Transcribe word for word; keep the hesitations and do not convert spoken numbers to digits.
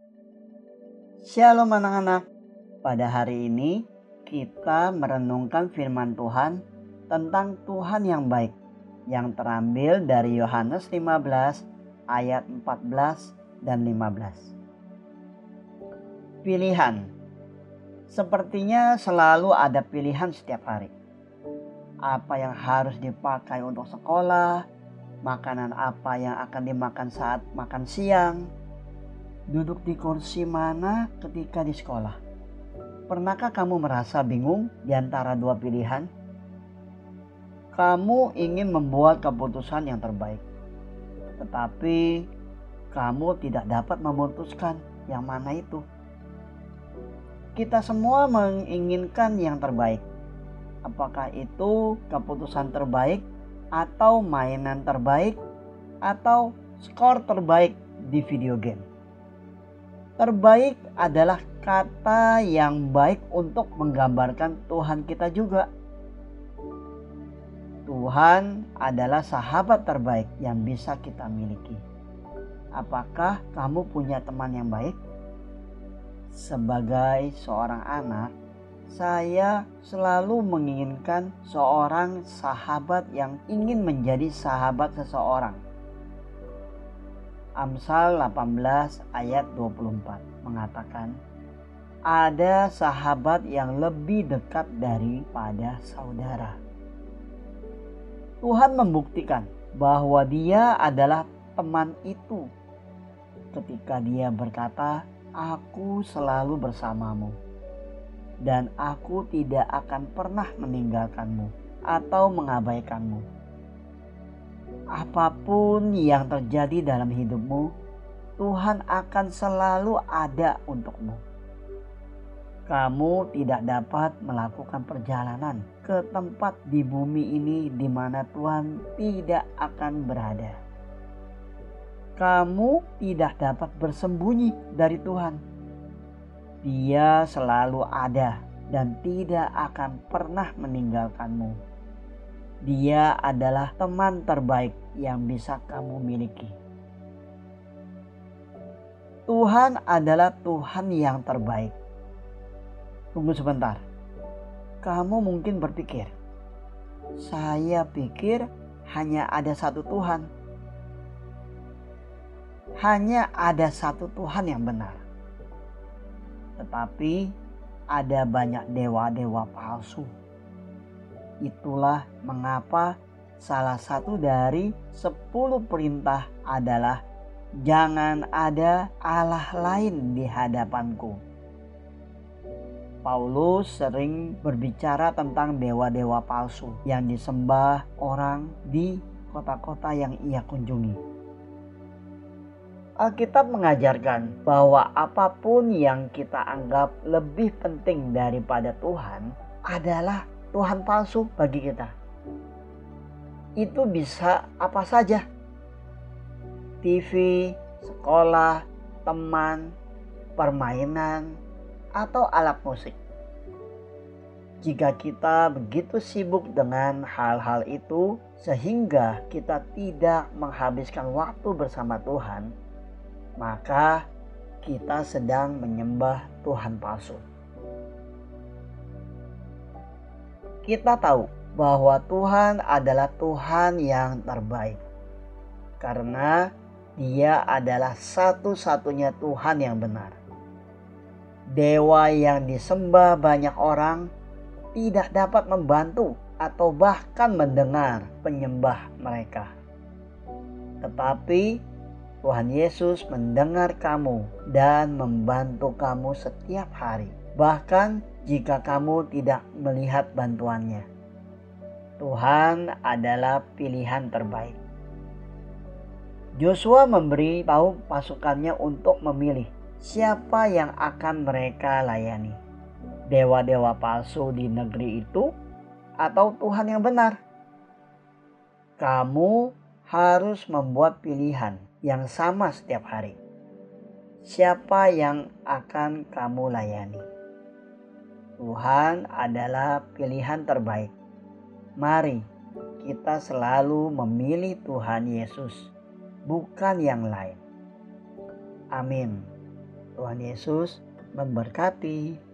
Shalom anak-anak. Pada hari ini kita merenungkan firman Tuhan tentang Tuhan yang baik yang terambil dari Yohanes lima belas ayat empat belas dan lima belas. Pilihan. Sepertinya selalu ada pilihan setiap hari. Apa yang harus dipakai untuk sekolah, makanan apa yang akan dimakan saat makan siang, duduk di kursi mana ketika di sekolah. Pernahkah kamu merasa bingung di antara dua pilihan? Kamu ingin membuat keputusan yang terbaik, tetapi kamu tidak dapat memutuskan yang mana itu. Kita semua menginginkan yang terbaik. Apakah itu keputusan terbaik, atau mainan terbaik, atau skor terbaik di video game? Terbaik adalah kata yang baik untuk menggambarkan Tuhan kita juga. Tuhan adalah sahabat terbaik yang bisa kita miliki. Apakah kamu punya teman yang baik? Sebagai seorang anak, saya selalu menginginkan seorang sahabat yang ingin menjadi sahabat seseorang. Amsal delapan belas ayat dua puluh empat mengatakan, ada sahabat yang lebih dekat daripada saudara. Tuhan membuktikan bahwa Dia adalah teman itu ketika Dia berkata, aku selalu bersamamu dan aku tidak akan pernah meninggalkanmu atau mengabaikanmu. Apapun yang terjadi dalam hidupmu, Tuhan akan selalu ada untukmu. Kamu tidak dapat melakukan perjalanan ke tempat di bumi ini di mana Tuhan tidak akan berada. Kamu tidak dapat bersembunyi dari Tuhan. Dia selalu ada dan tidak akan pernah meninggalkanmu. Dia adalah teman terbaik yang bisa kamu miliki. Tuhan adalah Tuhan yang terbaik. Tunggu sebentar. Kamu mungkin berpikir, saya pikir hanya ada satu Tuhan. Hanya ada satu Tuhan yang benar. Tetapi ada banyak dewa-dewa palsu. Itulah mengapa salah satu dari sepuluh perintah adalah jangan ada Allah lain di hadapanku. Paulus sering berbicara tentang dewa-dewa palsu yang disembah orang di kota-kota yang ia kunjungi. Alkitab mengajarkan bahwa apapun yang kita anggap lebih penting daripada Tuhan adalah Tuhan palsu bagi kita. Itu bisa apa saja. T V, sekolah, teman, permainan, atau alat musik. Jika kita begitu sibuk dengan hal-hal itu sehingga kita tidak menghabiskan waktu bersama Tuhan, maka kita sedang menyembah Tuhan palsu. Kita tahu bahwa Tuhan adalah Tuhan yang terbaik. Karena Dia adalah satu-satunya Tuhan yang benar. Dewa yang disembah banyak orang tidak dapat membantu atau bahkan mendengar penyembah mereka. Tetapi Tuhan Yesus mendengar kamu dan membantu kamu setiap hari. Bahkan jika kamu tidak melihat bantuannya. Tuhan adalah pilihan terbaik. Yosua memberi tahu pasukannya untuk memilih siapa yang akan mereka layani. Dewa-dewa palsu di negeri itu atau Tuhan yang benar. Kamu harus membuat pilihan yang sama setiap hari. Siapa yang akan kamu layani? Tuhan adalah pilihan terbaik. Mari kita selalu memilih Tuhan Yesus, bukan yang lain. Amin. Tuhan Yesus memberkati.